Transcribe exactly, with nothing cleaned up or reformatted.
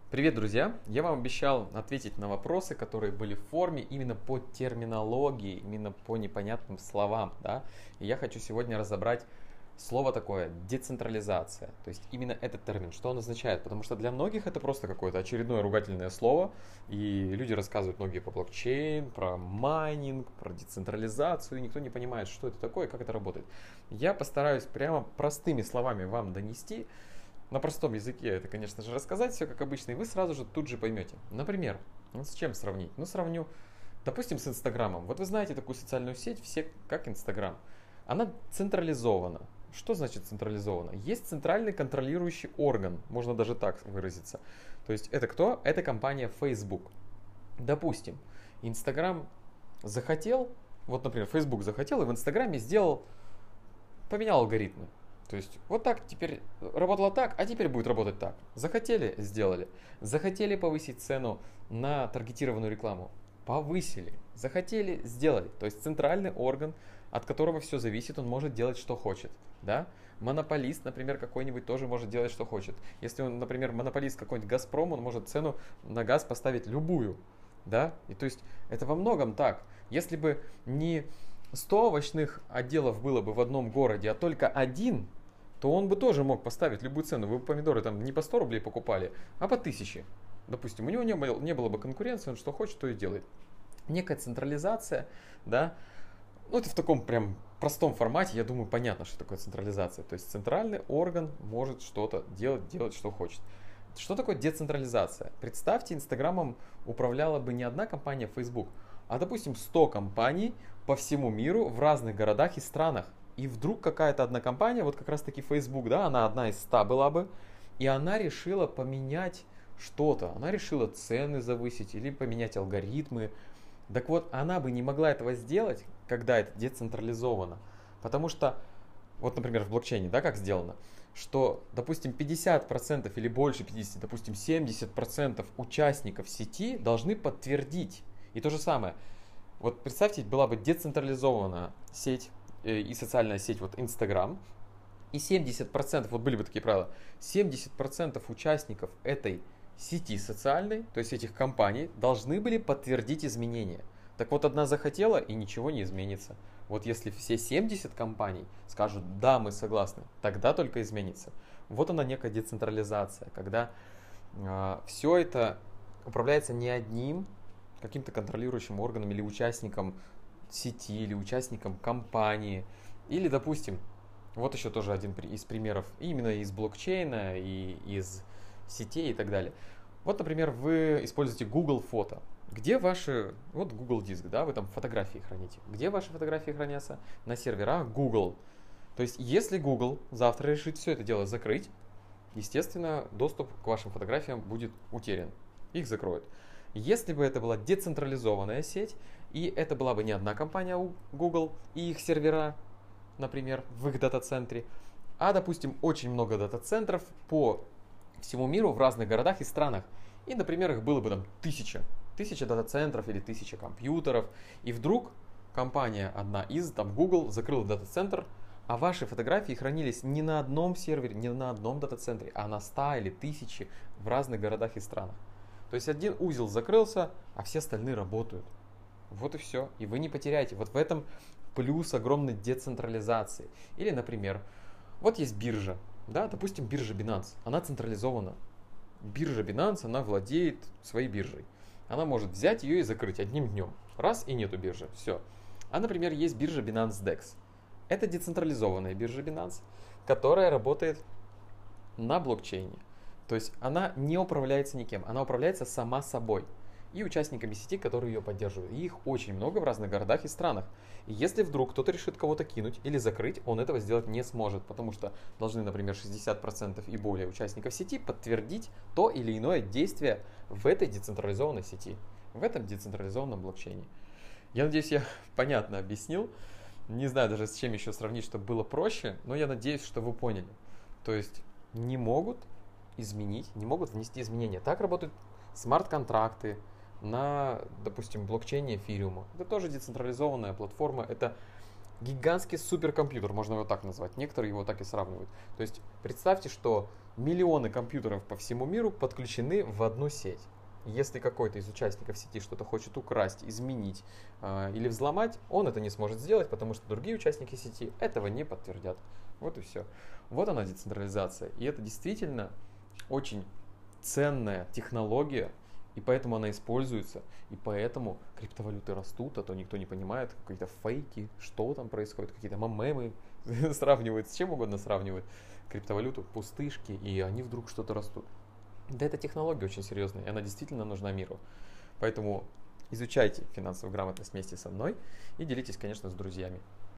Привет, друзья! Я вам обещал ответить на вопросы, которые были в форме именно по терминологии, именно по непонятным словам. Да? И я хочу сегодня разобрать слово такое децентрализация. То есть именно этот термин, что он означает. Потому что для многих это просто какое-то очередное ругательное слово. И люди рассказывают многие про блокчейн, про майнинг, про децентрализацию. И никто не понимает, что это такое и как это работает. Я постараюсь прямо простыми словами вам донести. На простом языке это, конечно же, рассказать все как обычно, и вы сразу же тут же поймете. Например, вот с чем сравнить? Ну, сравню, допустим, с Инстаграмом. Вот вы знаете такую социальную сеть, все как Инстаграм. Она централизована. Что значит централизована? Есть центральный контролирующий орган, можно даже так выразиться. То есть это кто? Это компания Facebook. Допустим, Инстаграм захотел, вот, например, Facebook захотел и в Инстаграме сделал, поменял алгоритмы. То есть вот так теперь работало так, а теперь будет работать так. Захотели, сделали. Захотели повысить цену на таргетированную рекламу, повысили. Захотели, сделали. То есть центральный орган, от которого все зависит, он может делать, что хочет. Да? Монополист, например, какой-нибудь тоже может делать, что хочет. Если он, например, монополист какой-нибудь Газпром, он может цену на газ поставить любую. Да? И то есть это во многом так. Если бы не сто овощных отделов было бы в одном городе, а только один, то он бы тоже мог поставить любую цену. Вы бы помидоры там не по сто рублей покупали, а по тысяче. Допустим, у него не было, не было бы конкуренции, он что хочет, то и делает. Некая централизация, да, ну это в таком прям простом формате, я думаю, понятно, что такое централизация. То есть центральный орган может что-то делать, делать, что хочет. Что такое децентрализация? Представьте, Инстаграмом управляла бы не одна компания Facebook, а, допустим, сто компаний по всему миру в разных городах и странах. И вдруг какая-то одна компания, вот как раз таки Facebook, да, она одна из ста была бы, и она решила поменять что-то. Она решила цены завысить или поменять алгоритмы. Так вот, она бы не могла этого сделать, когда это децентрализовано. Потому что, вот, например, в блокчейне, да, как сделано, что, допустим, пятьдесят процентов или больше пятьдесят, допустим, семьдесят процентов участников сети должны подтвердить. И то же самое. Вот представьте, была бы децентрализованная сеть и социальная сеть, вот Инстаграм, и семьдесят процентов, вот были бы такие правила, семьдесят процентов участников этой сети социальной, то есть этих компаний, должны были подтвердить изменения. Так вот, одна захотела, и ничего не изменится. Вот если все семьдесят компаний скажут, да, мы согласны, тогда только изменится. Вот она некая децентрализация, когда э, все это управляется не одним каким-то контролирующим органом или участником сети, или участником компании. Или, допустим, вот еще тоже один из примеров именно из блокчейна и из сетей и так далее. Вот, например, вы используете Google Фото. Где ваши, вот Google Диск, да, вы там фотографии храните. Где ваши фотографии хранятся? На серверах Google. То есть, если Google завтра решит все это дело закрыть, естественно, доступ к вашим фотографиям будет утерян. Их закроют. Если бы это была децентрализованная сеть, и это была бы не одна компания у Google и их сервера, например, в их дата-центре, а, допустим, очень много дата-центров по всему миру в разных городах и странах. И, например, их было бы там тысяча, тысяча дата-центров или тысяча компьютеров. И вдруг компания одна из, там Google, закрыла дата-центр, а ваши фотографии хранились не на одном сервере, не на одном дата-центре, а на ста или тысячи в разных городах и странах. То есть один узел закрылся, а все остальные работают. Вот и все. И вы не потеряете. Вот в этом плюс огромной децентрализации. Или, например, вот есть биржа. Да, допустим, биржа Binance. Она централизована. Биржа Binance, она владеет своей биржей. Она может взять ее и закрыть одним днем. Раз и нету биржи. Все. А, например, есть биржа Binance Dex. Это децентрализованная биржа Binance, которая работает на блокчейне. То есть она не управляется никем, она управляется сама собой и участниками сети, которые ее поддерживают. И их очень много в разных городах и странах. И если вдруг кто-то решит кого-то кинуть или закрыть, он этого сделать не сможет, потому что должны, например, шестьдесят процентов и более участников сети подтвердить то или иное действие в этой децентрализованной сети, в этом децентрализованном блокчейне. Я надеюсь, я понятно объяснил. Не знаю даже с чем еще сравнить, чтобы было проще, но я надеюсь, что вы поняли. То есть не могут изменить, не могут внести изменения. Так работают смарт-контракты на, допустим, блокчейне эфириума. Это тоже децентрализованная платформа. Это гигантский суперкомпьютер, можно его так назвать. Некоторые его так и сравнивают. То есть представьте, что Миллионы компьютеров по всему миру подключены в одну сеть. Если какой-то из участников сети что-то хочет украсть, изменить э, или взломать, он это не сможет сделать, потому что другие участники сети этого не подтвердят. Вот и все. Вот она децентрализация. И это действительно очень ценная технология, и поэтому она используется, и поэтому криптовалюты растут, а то никто не понимает, какие-то фейки, что там происходит, какие-то мемы сравнивают, с чем угодно сравнивают криптовалюту, пустышки, и они вдруг что-то растут. Да, эта технология очень серьезная, и она действительно нужна миру. Поэтому изучайте финансовую грамотность вместе со мной и делитесь, конечно, с друзьями.